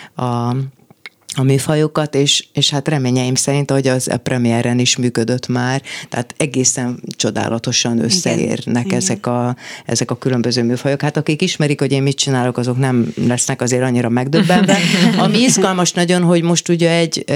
a műfajokat, és hát reményeim szerint, ahogy az a premiéren is működött már, tehát egészen csodálatosan összeérnek ezek a különböző műfajok. Hát akik ismerik, hogy én mit csinálok, azok nem lesznek azért annyira megdöbbenve. Ami izgalmas nagyon, hogy most ugye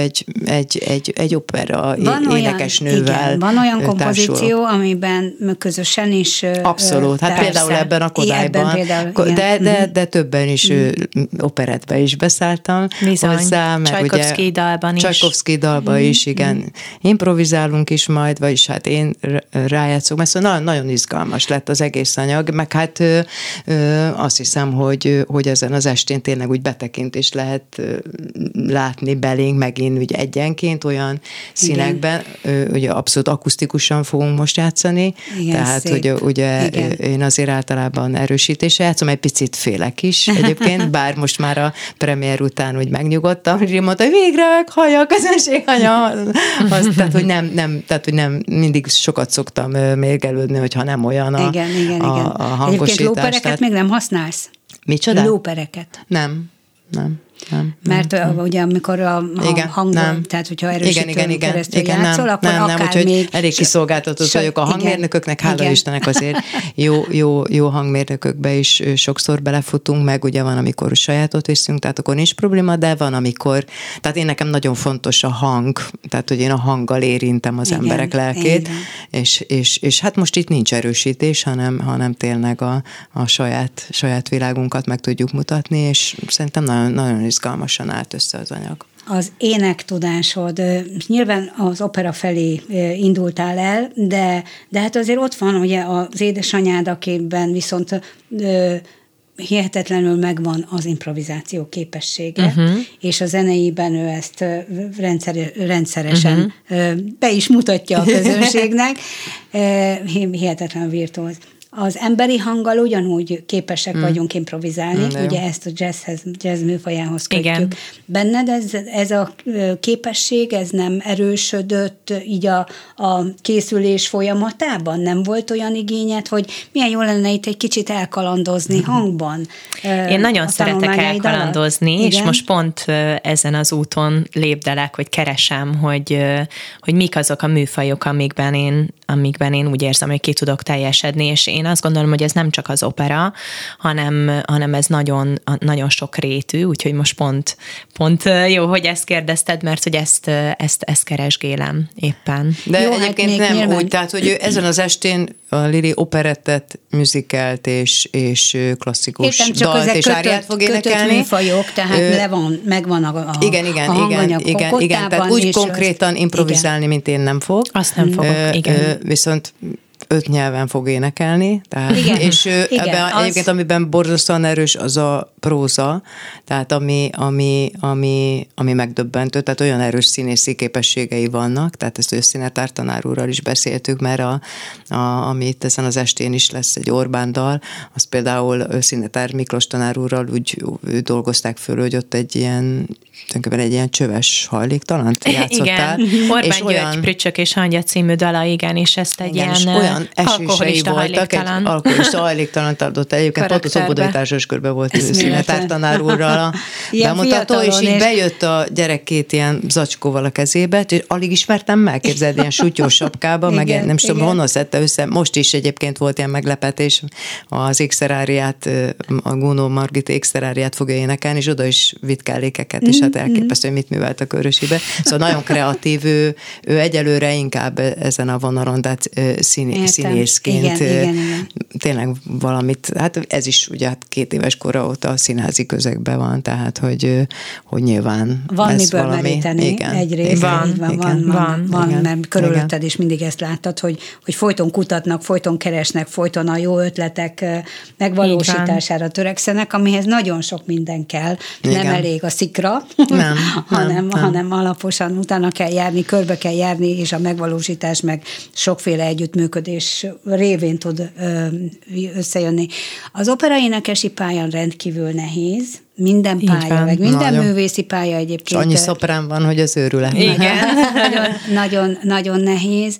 egy opera énekesnővel van olyan kompozíció, amiben közösen is abszolút, hát például ebben a Kodályban, de többen is operettben is beszálltam hozzá, Csajkovszky dalban is. Csajkovszky dalban is, igen. Improvizálunk is majd, vagyis hát én rájátszok, mert szóval nagyon izgalmas lett az egész anyag, meg hát azt hiszem, hogy ezen az estén tényleg úgy betekintést lehet látni belénk megint ugye egyenként olyan színekben, ugye abszolút akusztikusan fogunk most játszani, igen, tehát hogy ugye én azért általában erősítésre játszom, egy picit félek is egyébként, bár most már a premier után úgy megnyugodtam, Lili mondta, hogy végre meghallja a közönség anya. Tehát, hogy nem mindig sokat szoktam mérgelődni, hogyha nem olyan a hangosítás. Egyébként lópereket még nem használsz? Micsoda? Lópereket. Nem. Mert ugye amikor a hangon, tehát hogyha erősítőn keresztül játszol, akkor akár úgyhogy még... elég kiszolgáltatott vagyok a hangmérnököknek, hála Istennek azért jó hangmérnökökbe is sokszor belefutunk, meg ugye van, amikor sajátot viszünk, tehát akkor nincs probléma, de van, amikor, tehát én nekem nagyon fontos a hang, tehát hogy én a hanggal érintem az emberek lelkét, és hát most itt nincs erősítés, hanem tényleg a saját világunkat meg tudjuk mutatni, és szerintem nagyon izgalmasan állt össze az anyag. Az énektudásod, nyilván az opera felé indultál el, de hát azért ott van ugye az édesanyád, akiben viszont hihetetlenül megvan az improvizáció képessége, és a zeneiben ő ezt rendszeresen be is mutatja a közönségnek, hihetetlen virtuóz. Az emberi hanggal ugyanúgy képesek vagyunk improvizálni, ugye ezt a jazz műfajához kötjük. Igen. Benned ez a képesség, ez nem erősödött így a készülés folyamatában? Nem volt olyan igényed, hogy milyen jó lenne itt egy kicsit elkalandozni hangban? Én nagyon szeretek elkalandozni, és most pont ezen az úton lépdelek, hogy keresem, hogy mik azok a műfajok, amikben én úgy érzem, hogy ki tudok teljesedni, és én azt gondolom, hogy ez nem csak az opera, hanem ez nagyon, nagyon sok rétű, úgyhogy most pont jó, hogy ezt kérdezted, mert hogy ezt keresgélem éppen. De jó, egyébként hát nem nyilván úgy, tehát hogy ezen az estén a Lili operettet, musicalt és klasszikus dalt és áriát fog énekelni. Műfajok, tehát megvan a hanganyag igen, tehát úgy konkrétan improvizálni, mint én nem fog. Azt nem fogok, igen. Viszont 5 nyelven fog énekelni, tehát, és egyébként amiben borzasztóan erős, az a próza, tehát ami megdöbbentő, tehát olyan erős színészi képességei vannak, tehát ezt a színetár tanár úrral is beszéltük, mert ami itt ezen az estén is lesz egy Orbán dal, az például színetár Miklós tanár úrral úgy dolgozták föl, hogy ott egy ilyen csöves hajléktalant játszottál. Igen, Orbán György Prücsök és Hangya című dala, igen, és ezt egy ilyen esősei voltak, egy alkoholista hajléktalant adott. Egyébként pont a Szombathely Társas Körben volt színetár tanár úrral a bemutató, és így bejött a gyerek 2 ilyen zacskóval a kezébe, és alig ismertem meg, képzeld, ilyen sutyós sapkába, meg nem tudom, honnan szedte össze. Most is egyébként volt ilyen meglepetés, az ékszeráriát, a Gunó Margit ékszeráriát fogja énekelni, és oda is vitt kellékeket, és hát elképesztő, hogy mit művelt a Körösibe. Szóval nagyon kreatív, ő egyelőre inkább ezen a vonalon, tehát színészként igen. Tényleg valamit, hát ez is ugye 2 éves kora óta a színházi közegben van, tehát hogy nyilván van miből meríteni egyrészt. Van, mert körülötted is mindig ezt láttad, hogy folyton kutatnak, folyton keresnek, folyton a jó ötletek megvalósítására törekszenek, amihez nagyon sok minden kell. Igen. Nem elég a szikra, hanem alaposan utána kell járni, körbe kell járni, és a megvalósítás meg sokféle együttműködés révén tud összejönni. Az operaénekesi pályán rendkívül nehéz, minden pálya, meg minden művészi pálya egyébként. És annyi szoprán van, hogy az őrület. Igen. nagyon nehéz,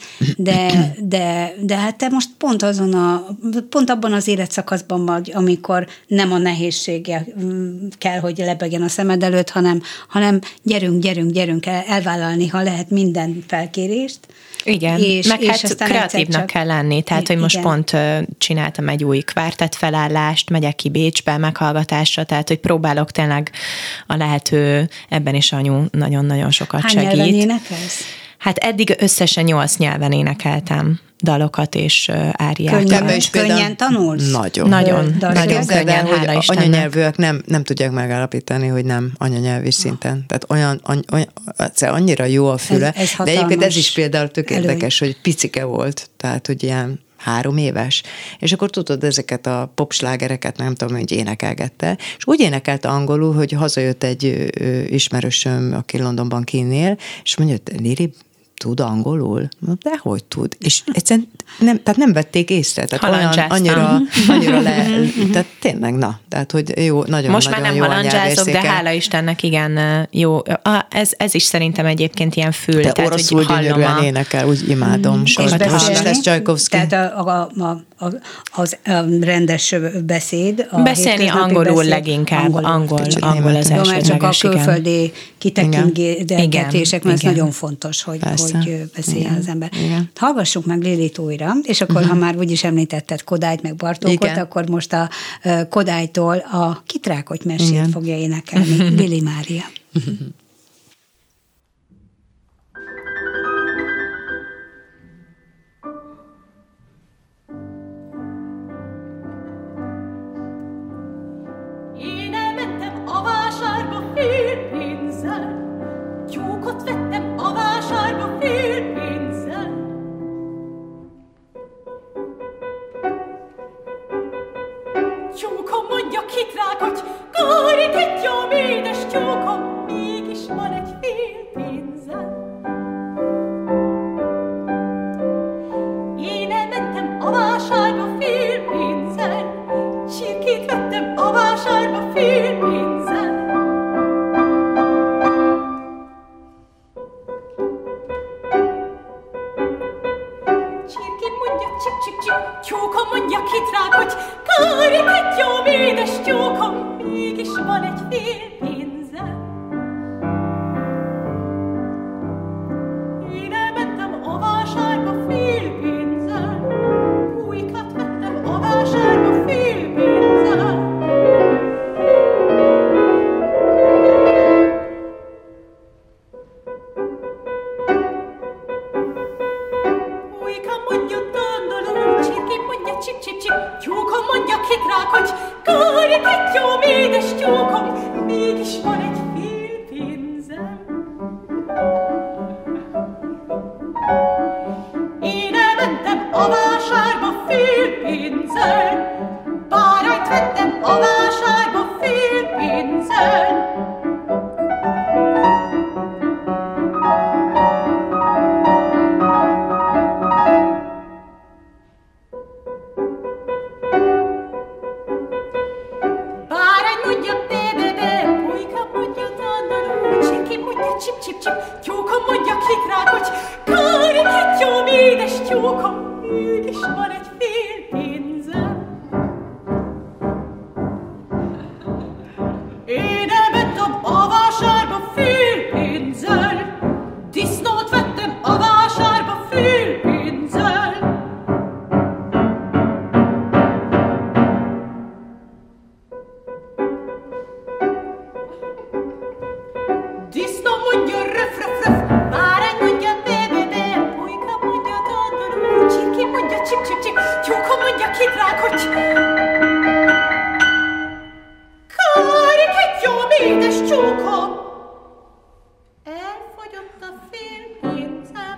de hát te most pont abban az életszakaszban vagy, amikor nem a nehézsége kell, hogy lebegjen a szemed előtt, hanem gyerünk elvállalni, ha lehet minden felkérést. Igen, meg hát kreatívnak kell lenni, tehát, hogy most pont csináltam egy új kvártett felállást, megyek ki Bécsbe meghallgatásra, tehát, hogy próbálok tényleg a lehető, ebben is anyu nagyon-nagyon sokat segít. Hány nyelven énekelsz? Hát eddig összesen 8 nyelven énekeltem dalokat és áriákat. Könnyen tanulsz? Nagyon könnyen, hála Istennek. Anyanyelvűek nem tudják megállapítani, hogy nem anyanyelvi szinten. Tehát annyira jó a füle. De egyébként ez is például tök érdekes, hogy picike volt, tehát hogy ilyen 3 éves, és akkor tudod ezeket a popslágereket, nem tudom, hogy énekelgette, és úgy énekelte angolul, hogy hazajött egy ismerősöm, aki Londonban kínél, és mondja, hogy Lili, tud angolul? Dehogy tud. És egyszerűen nem vették észre. Tehát annyira tehát tényleg, tehát hogy jó, nagyon most már nem halandzsázok, de hála Istennek igen, jó. Ez is szerintem egyébként ilyen fül. De oroszul gyönyörűen énekel, úgy imádom. És lesz Csajkovszky. Tehát az rendes beszéd. Beszélni angolul leginkább. Angol az első. Már csak a külföldi kitekingetések, mert ez nagyon fontos, hogy beszéljen az ember. Igen. Hallgassuk meg Lilit újra, és akkor, ha már úgyis említetted Kodályt, meg Bartókot, akkor most a Kodálytól a Kitrákoty mesét fogja énekelni Lili Mária. Én elmentem a vásárba fél pénzzel, tyúkot vettem a vásárba fél pénzzel. Tyúkom, mondja Kitrákoty, karikettyom, édes tyúkom, mégis van egy fél pénzem. Én elmentem a vásárba fél pénzzel, csirkét vettem a vásárba fél pénzzel. Csirkét mondja csip-csip-csip, tyúkom, mondja Kitrákoty, karikettyom, édes tyúkom, mégis van egy fél pénzem. Én elmentem a vásárba fél pénzzel, pulykat vettem a vásárba fél pénzzel. Pulyka mondja dandaló, csirkém mondja csip-csip-csip, tyúkom mondja Kitrákoty, karikettyom, édes tyúkom, mégis van egy fél pénzem. Én elmentem a vásárba fél pénzzel, bárányt vettem a vásárba fél pénzzel. Bárány mondja be-be-be, pulyka mondja dandaló, csirkém mondja csip-csip-csip, tyúkom mondja Kitrákoty, karikettyom, édes tyúkom, mégis van egy fél pénzem. Én elmentem a vásárba fél pénzzel, disznót vettem a vásárba fél pénzzel. Disznó mondja röf-röf-röf, bárány mondja be-be-be, pulyka mondja dandaló, csirkém mondja csip-csip-csip, tyúkom mondja Kitrákoty. Karikettyom, édes tyúkom, elfogyott a fél pénzem.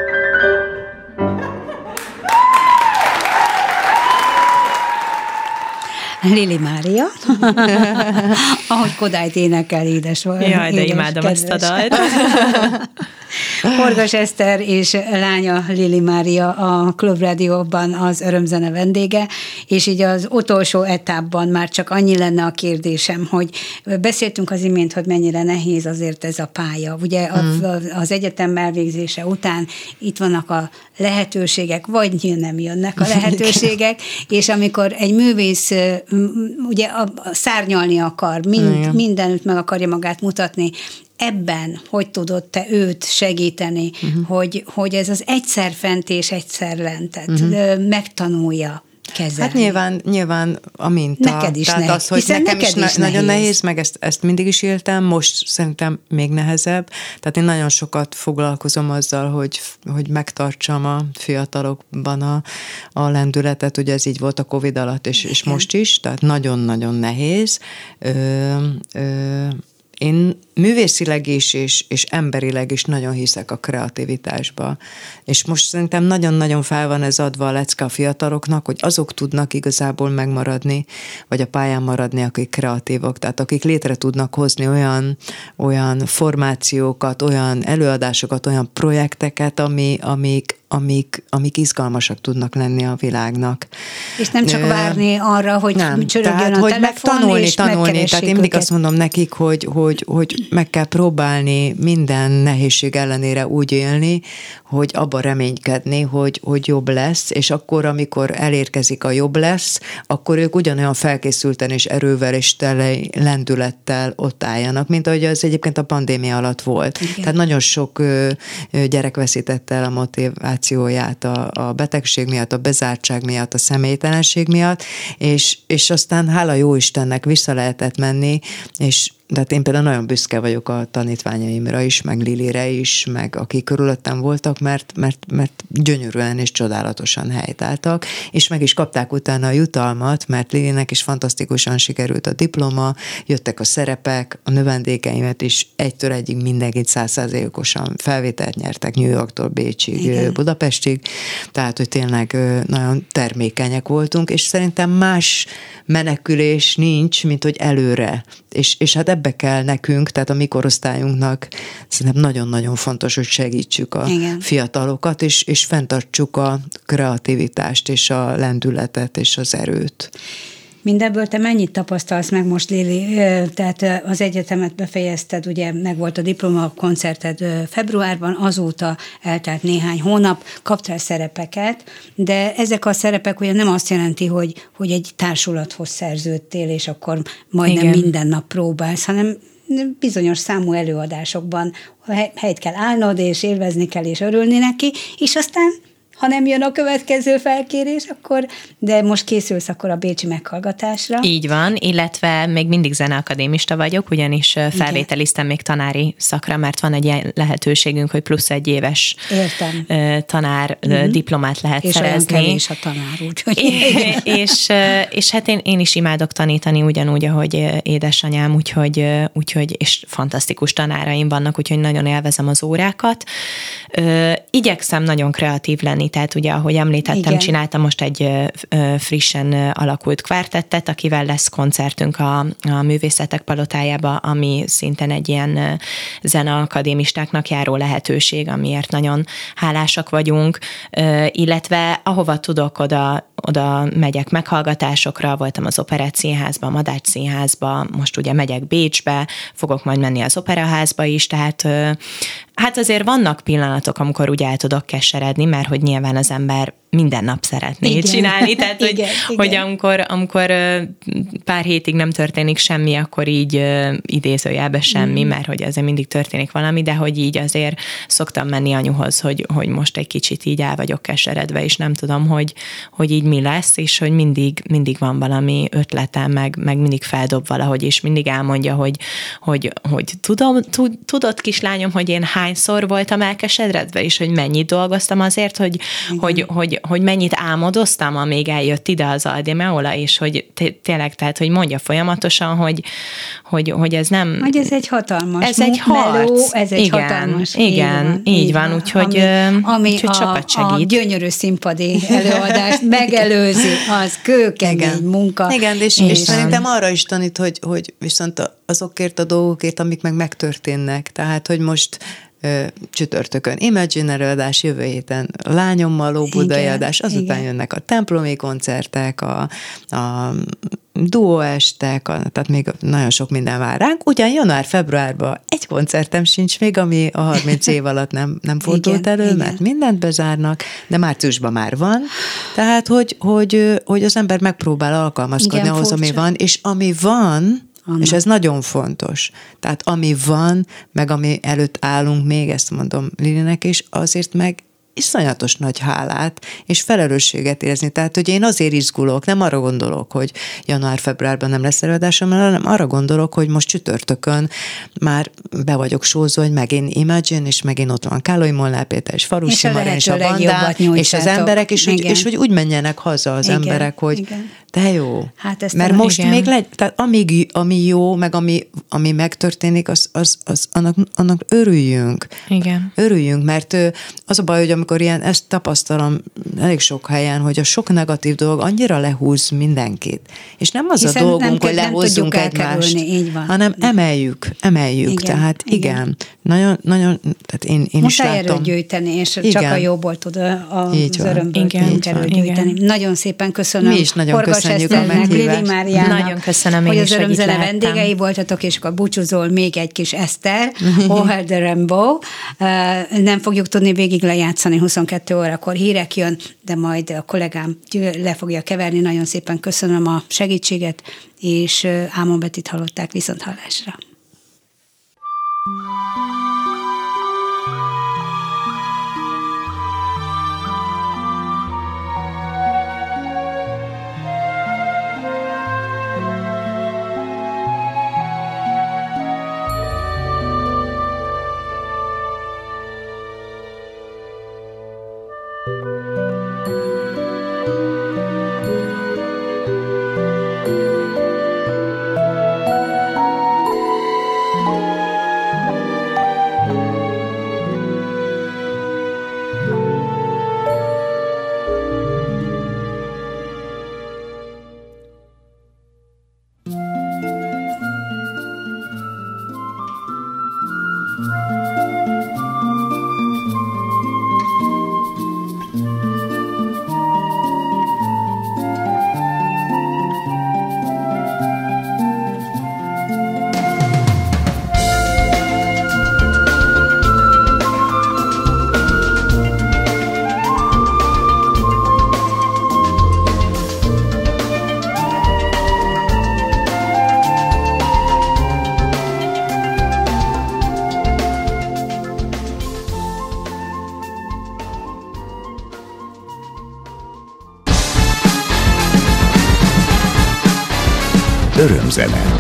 Lili Mária, ahogy Kodályt énekel, édes volt. Jaj, de imádom ezt a dalt. Horgas Eszter és lánya Lili Mária a Klubrádióban az örömzene vendége, és így az utolsó etapban már csak annyi lenne a kérdésem, hogy beszéltünk az imént, hogy mennyire nehéz azért ez a pálya. Ugye az egyetem elvégzése után itt vannak a lehetőségek, vagy nem jönnek a lehetőségek, és amikor egy művész ugye szárnyalni akar, mindenütt meg akarja magát mutatni, ebben hogy tudod te őt segíteni, hogy ez az egyszer fent és egyszer lentet megtanulja kezelni. Hát nyilván a minta. Neked is tehát nehéz. Az, hogy nekem is nagyon nehéz, meg ezt mindig is éltem, most szerintem még nehezebb. Tehát én nagyon sokat foglalkozom azzal, hogy megtartsam a fiatalokban a lendületet, ugye ez így volt a Covid alatt, és most is, tehát nagyon-nagyon nehéz. én művészileg is, és emberileg is nagyon hiszek a kreativitásba. És most szerintem nagyon-nagyon fel van ez adva a lecke a fiataloknak, hogy azok tudnak igazából megmaradni, vagy a pályán maradni, akik kreatívok, tehát akik létre tudnak hozni olyan formációkat, olyan előadásokat, olyan projekteket, amik izgalmasak tudnak lenni a világnak. És nem csak várni arra, hogy csörögjön a hogy telefon, és tanulni. Tehát én mindig azt mondom nekik, hogy meg kell próbálni minden nehézség ellenére úgy élni, hogy abban reménykedni, hogy jobb lesz, és akkor, amikor elérkezik a jobb lesz, akkor ők ugyanolyan felkészülten és erővel és tele lendülettel ott álljanak, mint ahogy az egyébként a pandémia alatt volt. Igen. Tehát nagyon sok gyerek veszítette el a motivációját a betegség miatt, a bezártság miatt, a személytelenség miatt, és aztán hála jó Istennek vissza lehetett menni, és de hát én például nagyon büszke vagyok a tanítványaimra is, meg Lilire is, meg akik körülöttem voltak, mert gyönyörűen és csodálatosan helytáltak, és meg is kapták utána a jutalmat, mert Lilinek is fantasztikusan sikerült a diploma, jöttek a szerepek, a növendékeimet is egytől egyig mindenkit 100%-osan felvételt nyertek New Yorktól Bécsig, igen, Budapestig, tehát, hogy tényleg nagyon termékenyek voltunk, és szerintem más menekülés nincs, mint hogy előre. És hát ebbe kell nekünk, tehát a mi korosztályunknak szerintem nagyon-nagyon fontos, hogy segítsük a igen, fiatalokat, és fenntartsuk a kreativitást, és a lendületet, és az erőt. Mindebből te mennyit tapasztalsz meg most, Lili? Tehát az egyetemet befejezted, ugye megvolt a diploma koncerted februárban, azóta eltelt néhány hónap, kaptál szerepeket, de ezek a szerepek ugye nem azt jelenti, hogy egy társulathoz szerződtél, és akkor majdnem igen, minden nap próbálsz, hanem bizonyos számú előadásokban helyt kell állnod, és élvezni kell, és örülni neki, és aztán ha nem jön a következő felkérés, akkor, de most készülsz akkor a bécsi meghallgatásra. Így van, illetve még mindig zeneakadémista vagyok, ugyanis felvételiztem még tanári szakra, mert van egy ilyen lehetőségünk, hogy plusz 1 éves tanár diplomát lehet és szerezni. És olyan kevés a tanár, úgyhogy. És hát én is imádok tanítani, ugyanúgy, ahogy édesanyám, úgyhogy és fantasztikus tanáraim vannak, úgyhogy nagyon élvezem az órákat. Igyekszem nagyon kreatív lenni, tehát ugye, ahogy említettem, igen, csináltam most egy frissen alakult kvártettet, akivel lesz koncertünk a Művészetek Palotájába, ami szintén egy ilyen zeneakadémistáknak járó lehetőség, amiért nagyon hálásak vagyunk, illetve ahova tudok, oda megyek meghallgatásokra, voltam az Operett Színházba, a Madács Színházba, most ugye megyek Bécsbe, fogok majd menni az Operaházba is, tehát hát azért vannak pillanatok, amikor ugye el tudok keseredni, mert hogy nyilván az ember minden nap szeretné igen, csinálni, tehát hogy amikor pár hétig nem történik semmi, akkor így idézőjelben semmi, mert hogy azért mindig történik valami, de hogy így azért szoktam menni anyuhoz, hogy most egy kicsit így el vagyok keseredve, és nem tudom, hogy így mi lesz, és hogy mindig van valami ötletem, meg mindig feldob valahogy, és mindig elmondja, hogy tudod kislányom, hogy én hányszor voltam elkeseredve, és hogy mennyit dolgoztam azért, hogy mennyit álmodoztam, amíg eljött ide az Aldi Meola, és hogy tényleg, tehát, hogy mondja folyamatosan, hogy ez nem... Hogy ez egy hatalmas ez egy harc. Ez egy hatalmas. Igen, így van, úgyhogy sokat segít. A gyönyörű színpadi előadást megelőzi, az kőkemény munka. Igen, és szerintem arra is tanít, hogy viszont azokért a dolgokért, amik megtörténnek. Tehát, hogy most csütörtökön Imagine előadás, jövő héten lányommal óbudai adás, azután jönnek a templomi koncertek, a duóestek, tehát még nagyon sok minden vár ránk. Ugyan január-februárban egy koncertem sincs még, ami a 30 év alatt nem fordult elő, mert mindent bezárnak, de márciusban már van. Tehát, hogy az ember megpróbál alkalmazkodni ahhoz, ami van, és ami van, és ez nagyon fontos. Tehát ami van, meg ami előtt állunk még, ezt mondom Lilinek is, azért meg iszonyatos nagy hálát és felelősséget érezni. Tehát, hogy én azért izgulok, nem arra gondolok, hogy január-februárban nem lesz előadásom, hanem arra gondolok, hogy most csütörtökön már be vagyok sózva, hogy megint Imagine, és megint ott van Káloly Molnár Péter, és Falusi Maren, és a bandám, és az emberek, és hogy úgy menjenek haza az emberek, hogy de jó. Hát mert most még tehát ami jó, meg ami megtörténik, annak örüljünk. Igen. Örüljünk, mert az a baj, hogy amikor ezt tapasztalom elég sok helyen, hogy a sok negatív dolog annyira lehúz mindenkit. És nem az hiszen a dolgunk, hogy lehozzunk egymást, hanem emeljük. Igen, tehát igen. Nagyon, tehát én is látom. Muszáj gyűjteni, és igen. Csak a jóból tud az örömből gyűjteni. Nagyon szépen köszönöm. Mi is nagyon köszönjük a meghívást. Nagyon köszönöm, hogy az örömzene vendégei voltatok, és akkor búcsúzol még egy kis Eszter, Ohel de Rainbow. Nem fogjuk tudni végig lejátszani, 22 órakor hírek jön, de majd a kollégám le fogja keverni. Nagyon szépen köszönöm a segítséget, és Ámon Bettit hallották, viszont hallásra. Örömzene.